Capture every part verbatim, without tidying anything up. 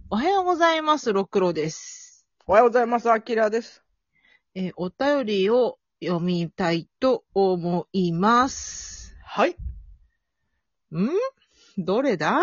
おはようございます。ろくろです。 おはようございます。あきらです。 えー、お便りを読みたいと思います。 はい。 んどれだ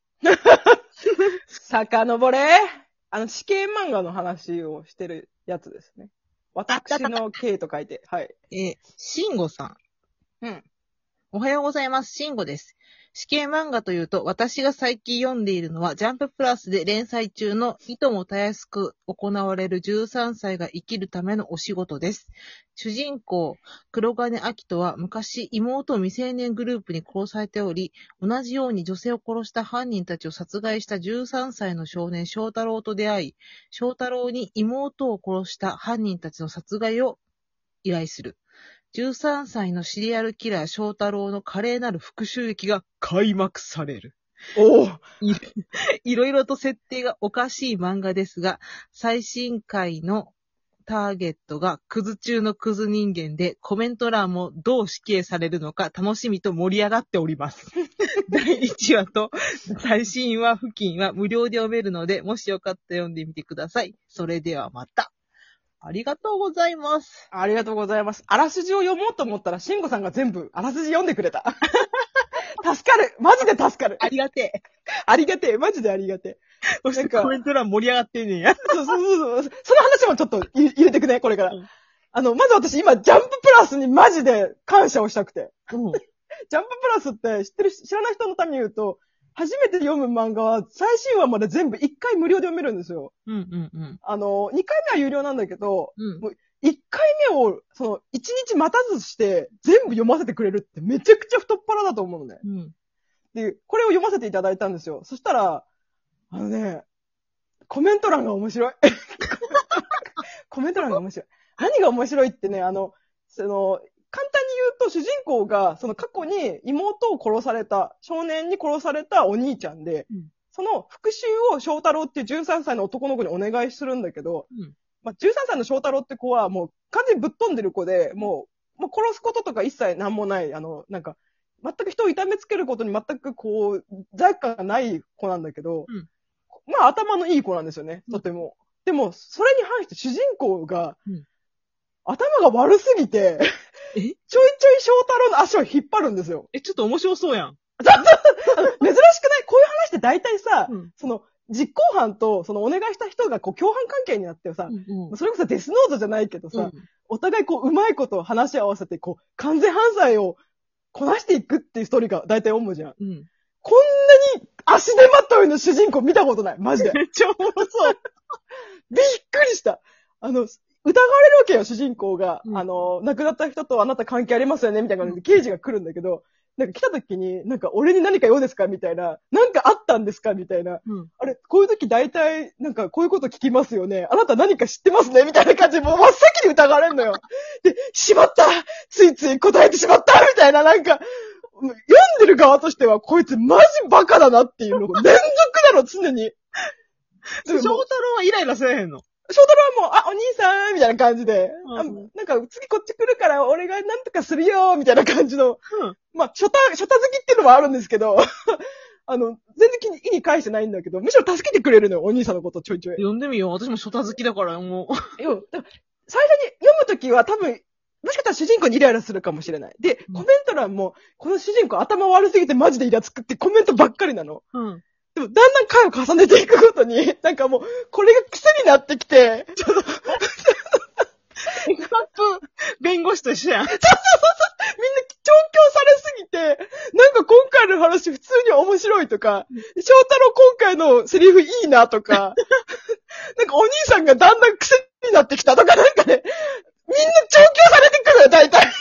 遡れ。あの、死刑漫画の話をしてるやつですね。私の刑と書いて。はい。 えー、しんごさん。 うん。 おはようございます。しんごです。死刑漫画というと、私が最近読んでいるのは、ジャンププラスで連載中のいともたやすく行われるじゅうさんさいが生きるためのお仕事です。主人公、黒金明人は昔妹を未成年グループに殺されており、同じように女性を殺した犯人たちを殺害したじゅうさんさいの少年翔太郎と出会い、翔太郎に妹を殺した犯人たちの殺害を依頼する。じゅうさんさいのシリアルキラー翔太郎の華麗なる復讐劇が開幕される。 おぉい, いろいろと設定がおかしい漫画ですが、最新回のターゲットがクズ中のクズ人間で、コメント欄もどう死刑されるのか楽しみと盛り上がっております。だいいちわと最新話付近は無料で読めるので、もしよかったら読んでみてください。それではまた。ありがとうございます。 ありがとうございます。あらすじを読もうと思ったら、しんごさんが全部あらすじ読んでくれた。助かる。マジで助かる。 ありがてえ。 ありがてえ。マジでありがてえ。 そしてコメント欄盛り上がってんねんや。 そうそうそうそう。その話もちょっと入れてくね、これから。 うん、 あの、まず私今、ジャンププラスにマジで感謝をしたくて。 うん、 ジャンププラスって知ってる、知らない人のために言うと、初めて読む漫画は最新話まで全部いっかい無料で読めるんですよ。 うん、うん、うん。 あの、にかいめは有料なんだけど、 うん、 もういっかいめを、その、いちにち待たずして全部読ませてくれるってめちゃくちゃ太っ腹だと思うのね。 うん。 で、これを読ませていただいたんですよ。そしたら、あのね、コメント欄が面白い。コメント欄が面白い。何が面白いってね、あの、その、簡単に言うと主人公が、その過去に妹を殺された、少年に殺されたお兄ちゃんで、 うん、 その復讐を翔太郎っていうじゅうさんさいの男の子にお願いするんだけど、 うん、 まあ、じゅうさんさいの翔太郎って子はもう完全にぶっ飛んでる子で、もう、もう殺すこととか一切なんもない、あの、なんか、全く人を痛めつけることに全くこう、罪悪感がない子なんだけど、 うん、 まあ頭のいい子なんですよね、とても。でも、それに反して主人公が、 うん、 頭が悪すぎて、 えちょいちょい翔太郎の足を引っ張るんですよ。 え、ちょっと面白そうやん。 珍しくないこういう話って大体さ、 うん、 その、実行犯と、そのお願いした人がこう共犯関係になってさ、 うん、 それこそデスノートじゃないけどさ、 うん、 お互いこう、うまいことを話し合わせて、こう、完全犯罪をこなしていくっていうストーリーが大体思うじゃん。 うん。 こんなに足手まといの主人公見たことない。マジで。 めっちゃおもろそう。 びっくりした。あの、疑われるわけよ、主人公が。 うん、 あの、亡くなった人とあなた関係ありますよねみたいな感じで刑事が来るんだけど、なんか来た時に、なんか俺に何か用ですかみたいな。なんかあったんですかみたいな。 うん。 あれ、こういう時大体、なんかこういうこと聞きますよね。あなた何か知ってますねみたいな感じで、もう真っ先に疑われるのよ。で、しまったついつい答えてしまったみたいな、なんか、読んでる側としては、こいつマジバカだなっていうのが連続なの、常に。 翔太郎はイライラせえへんの。 翔太郎はもう、あ、お兄さんみたいな感じで、 うん、 あなんか次こっち来るから俺がなんとかするよみたいな感じの、 うん、 まあ、ショタ、ショタ好きっていうのもあるんですけど、あの、全然気に意に返してないんだけど、むしろ助けてくれるのよ、お兄さんのことちょいちょい。 読んでみよう。私もショタ好きだからもう。 よでも最初に読むときは多分、もしかしたら主人公にイライラするかもしれない。で、コメント欄も、この主人公頭悪すぎてマジでイラつくってコメントばっかりなの。 うん。 でも、だんだん回を重ねていくごとに、なんかもう、これが癖になってきて、ちょっと、 エクアップ弁護士と一緒やん。 みんな調教されすぎて、なんか今回の話普通に面白いとか、翔太郎今回のセリフいいなとか、なんかお兄さんがだんだん癖になってきたとか、なんかね、みんな調教されてくるよ、大体。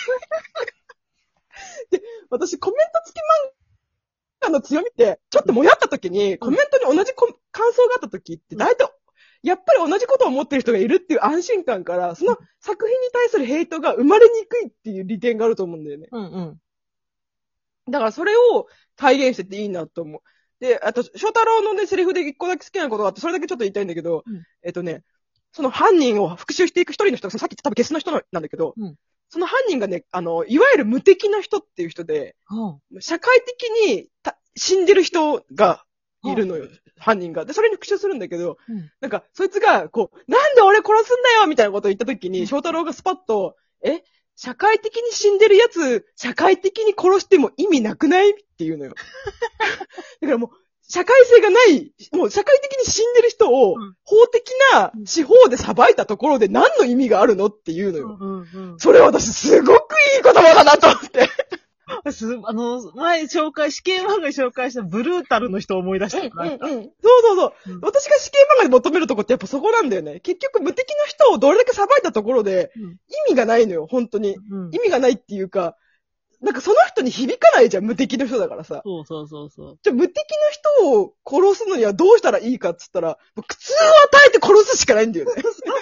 で、私コメント付き漫画の強みって、ちょっともやった時に、コメントに同じこ感想があった時って、大体、やっぱり同じことを思ってる人がいるっていう安心感から、その作品に対するヘイトが生まれにくいっていう利点があると思うんだよね。 うんうん。 だからそれを体現してていいなと思う。で、あと、翔太郎のね、セリフで一個だけ好きなことがあって、それだけちょっと言いたいんだけど、うん、えっとね、その犯人を復讐していく一人の人が、さっき言った多分ゲスの人なんだけど、うん、その犯人がね、あの、いわゆる無敵な人っていう人で、うん、社会的に死んでる人がいるのよ。 犯人が。で、それに復讐するんだけど、 うん。 なんか、そいつが、こう、なんで俺殺すんだよみたいなことを言った時に、翔太郎がスパッと、え社会的に死んでるやつ、社会的に殺しても意味なくないって言うのよ。だからもう、社会性がない、もう社会的に死んでる人を、法的な司法で裁いたところで何の意味があるのって言うのよ。 うんうんうん、 それ私すごくいい言葉だなと思って。 あの、前紹介、死刑漫画で紹介したブルータルの人を思い出したから。 うんうんうん。そうそうそう。うん、私が死刑漫画で求めるとこってやっぱそこなんだよね。結局無敵の人をどれだけ裁いたところで、意味がないのよ、本当に、うん。意味がないっていうか、なんかその人に響かないじゃん、無敵の人だからさ。 そうそうそうそう。 じゃあ無敵の人を殺すのにはどうしたらいいかっつったら、苦痛を与えて殺すしかないんだよね。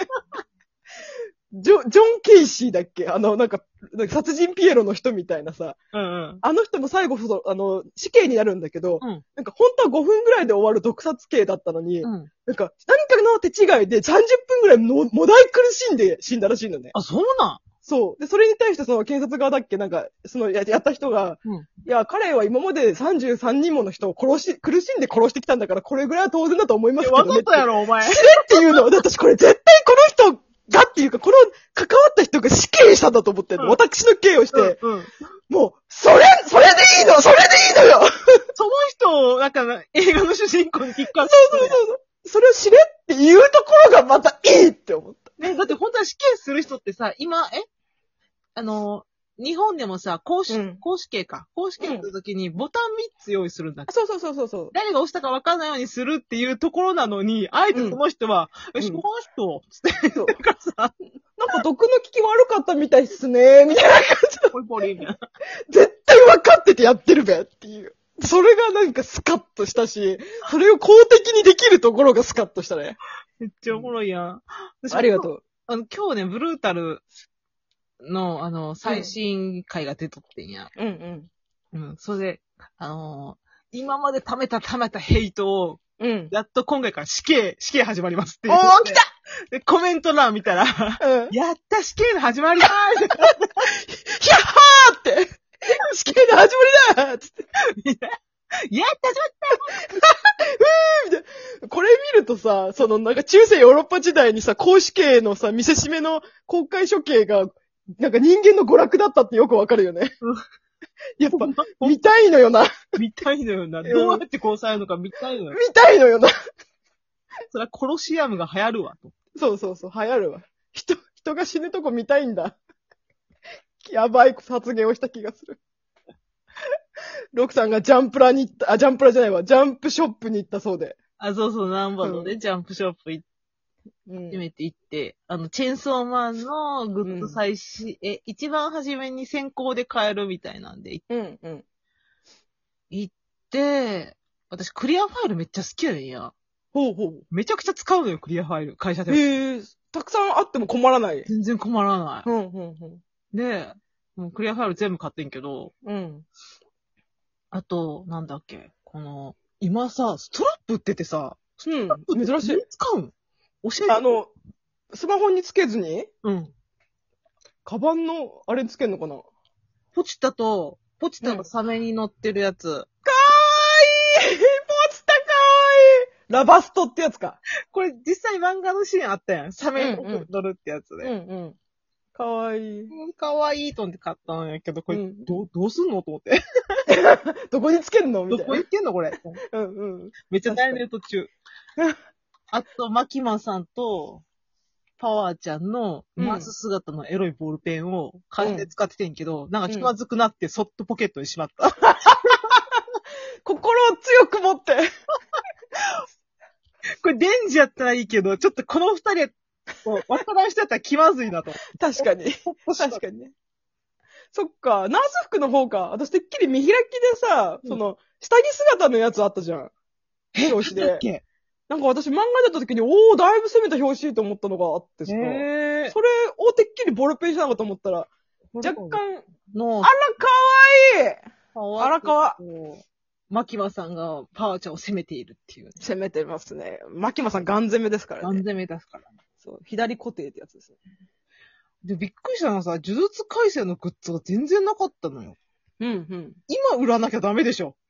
ジョ、ジョン・ケイシーだっけあの、なんか、なんか殺人ピエロの人みたいなさ。うんうん。あの人も最後、あの、死刑になるんだけど、うん、なんか本当はごふんぐらいで終わる毒殺刑だったのに、うん、なんか何かの手違いでさんじゅっぷんぐらいのもだい苦しんで死んだらしいのね。 あ、そうなん？ そう。で、それに対してその検察側だっけなんか、そのや、やった人が、うん、いや、彼は今までさんじゅうさんにんもの人を殺し、苦しんで殺してきたんだから、これぐらいは当然だと思いますけどね。 わざとやろ、お前。 しれっていうの。私これ絶対この人、がっていうか、この関わった人が死刑したんだと思ってんの。うん、私の刑をして、うんうん、もう、それ、それでいいのそれでいいのよその人を、なんか、映画の主人公に引っかかって。 そうそうそう。それを知れっていうところがまたいいって思った。 ね、だって本当は死刑する人ってさ、今、えあの、日本でもさ、公死、うん、公死刑か。公死刑の時にボタンみっつ用意するんだっけ、 うん、そうそうそうそう。 誰が押したか分かんないようにするっていうところなのに、あえてその人は、うん、よし、この人、つって、なんかさ、 なんか毒の効き悪かったみたいっすね、みたいな感じで。 ポリポリみたいな。 絶対分かっててやってるべっていう。それがなんかスカッとしたし、それを公的にできるところがスカッとしたね。 めっちゃおもろいやん。 ありがとう。 あの、今日ね、ブルータル、の、あの、最新回が出とってんや。うんうん。うん。それで、あのー、今まで貯めた貯めたヘイトを、うん。やっと今回から死刑、死刑始まりますっていう。 おー、来たで、コメント欄見たら、うん。やった死刑の始まりだーひゃっはーって死刑の始まりだーつって。やった始まったうーみたいな。これ見るとさ、そのなんか中世ヨーロッパ時代にさ、公死刑のさ、見せしめの公開処刑が、なんか人間の娯楽だったってよくわかるよね。やっぱ、見たいのよな。 見たいのよな。どうやって殺されるのか見たいのよ。 見たいのよな。 それはコロシアムが流行るわと。 そうそうそう、流行るわ。人、人が死ぬとこ見たいんだ。やばい発言をした気がする。ロクさんがジャンプラに行った、あ、ジャンプラじゃないわ、ジャンプショップに行ったそうで。 あ、そうそう、ナンバーのね、うん、ジャンプショップ行って。初めて行って、あの、チェンソーマンのグッズ最新、うん、え、一番初めに先行で買えるみたいなんで、うんうん。行って、私クリアファイルめっちゃ好きやねんや。 ほうほう。 めちゃくちゃ使うのよ、クリアファイル。会社で。 へえ、たくさんあっても困らない。 全然困らない。 うんうんうん。 で、もうクリアファイル全部買ってんけど、うん。あと、なんだっけ、この、今さ、ストラップ売っててさ、 うん、珍しい。 使うの教えて。 あの、スマホにつけずにうん。カバンの、あれつけんのかなポチタと、ポチタのサメに乗ってるやつ。うん、かわいいポチタかわいいラバストってやつか。 これ実際漫画のシーンあったやん。サメに乗るってやつで。うんうん。 かわいい。 かわいいと思って買ったんやけど、これ、うん、ど、どうすんのと思って。 どこにつけんのみたいな。 どこにつけんのこれ。うんうん。めっちゃ悩んでる途中。あと、マキマさんと、パワーちゃんのマス姿のエロいボールペンを会社で使っててんけど、うん、なんか気まずくなってそっとポケットにしまった。うん、 心を強く持って。 これデンジやったらいいけど、ちょっとこの二人、わからん人やったら気まずいなと。 確かに。確かにね。そっか、ナース服の方か。私てっきり見開きでさ、うん、その、下着姿のやつあったじゃん。表紙で。っけなんか私漫画だった時に、おー、だいぶ攻めた表紙と思ったのがあってさ。へーそれをてっきりボールペンしたのかと思ったら、若干、のあら、かわいいあらかわ。 マキマさんがパワーちゃんを攻めているっていう、ね。 攻めてますね。マキマさんガン攻めですからね。 ガン攻めですからね。 そう。左固定ってやつですね。 で、びっくりしたのはさ、呪術改正のグッズが全然なかったのよ。うんうん。今売らなきゃダメでしょ。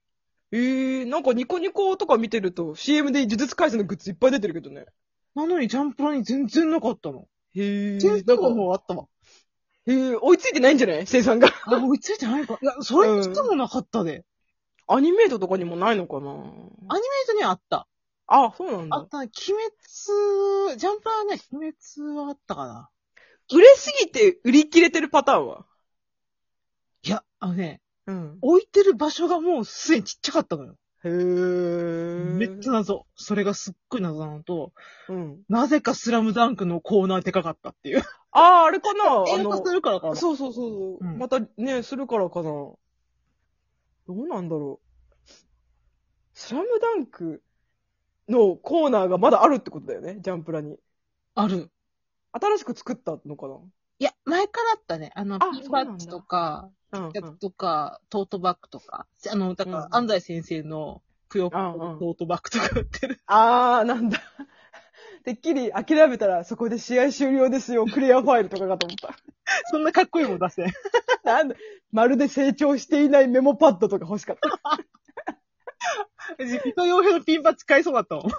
えー、なんかニコニコとか見てると シーエム で呪術廻戦のグッズいっぱい出てるけどね。 なのにジャンプラに全然なかったの。 へ先ー。なんか、 生の方あったわ。 へー、追いついてないんじゃない生産が。 あ、追いついてないか。いや、それにしてもなかったで。 アニメートとかにもないのかなアニメートにはあった。 あ、そうなんだ。 あったね。鬼滅、ジャンプラはね、鬼滅はあったかな。 売れすぎて売り切れてるパターンは。 いや、あのね、 うん。 置いてる場所がもうすでにちっちゃかったのよ。 へー。 めっちゃ謎。それがすっごい謎なのと、 うん。 なぜかスラムダンクのコーナーでかかったっていう。 あー、あれかなあ映画化するからかな。 そうそうそうそう、 うんまたね、するからかな。どうなんだろう。スラムダンクのコーナーがまだあるってことだよね、ジャンプラに。 ある。 新しく作ったのかいや、前からあったね。あの、 あピンバッジとか、 なうん、 やつとか、トートバッグとか。あの、だから、 うんうん安西先生のぷよぷようんうんトートバッグとか売ってる。 あー、なんだ。てっきり諦めたらそこで試合終了ですよ、クリアファイルとかかと思った。 そんなかっこいいもん出せん。 なんだ、まるで成長していないメモパッドとか欲しかった。 水戸洋平のピンバッジ買いそうだったもん。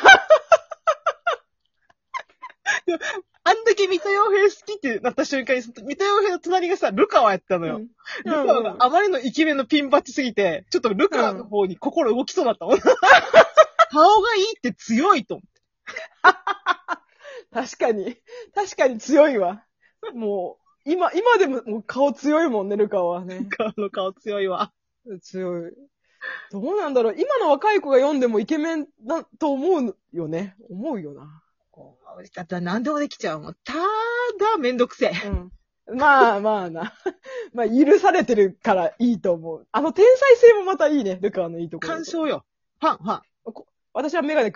でもあんだけ水戸洋平好きってなった瞬間に、水戸洋平の隣がさ、ルカワやったのよ。 うんルカワがあまりのイケメンのピンバッジすぎて、ちょっとルカワの方に心動きそうだったもん。顔がいいって強いと思って。 確かに、確かに強いわ。もう、今、今でももう顔強いもんね、ルカはね。 顔の顔強いわ。 強い。どうなんだろう。今の若い子が読んでもイケメンだと思うよね。思うよな。 だったら何でもできちゃうもん。ただ、めんどくせえ。 うん。まあまあな。まあ許されてるからいいと思う。あの天才性もまたいいね、ルカワのいいところ。 干渉よ。ファン、ファン。 私はメガネ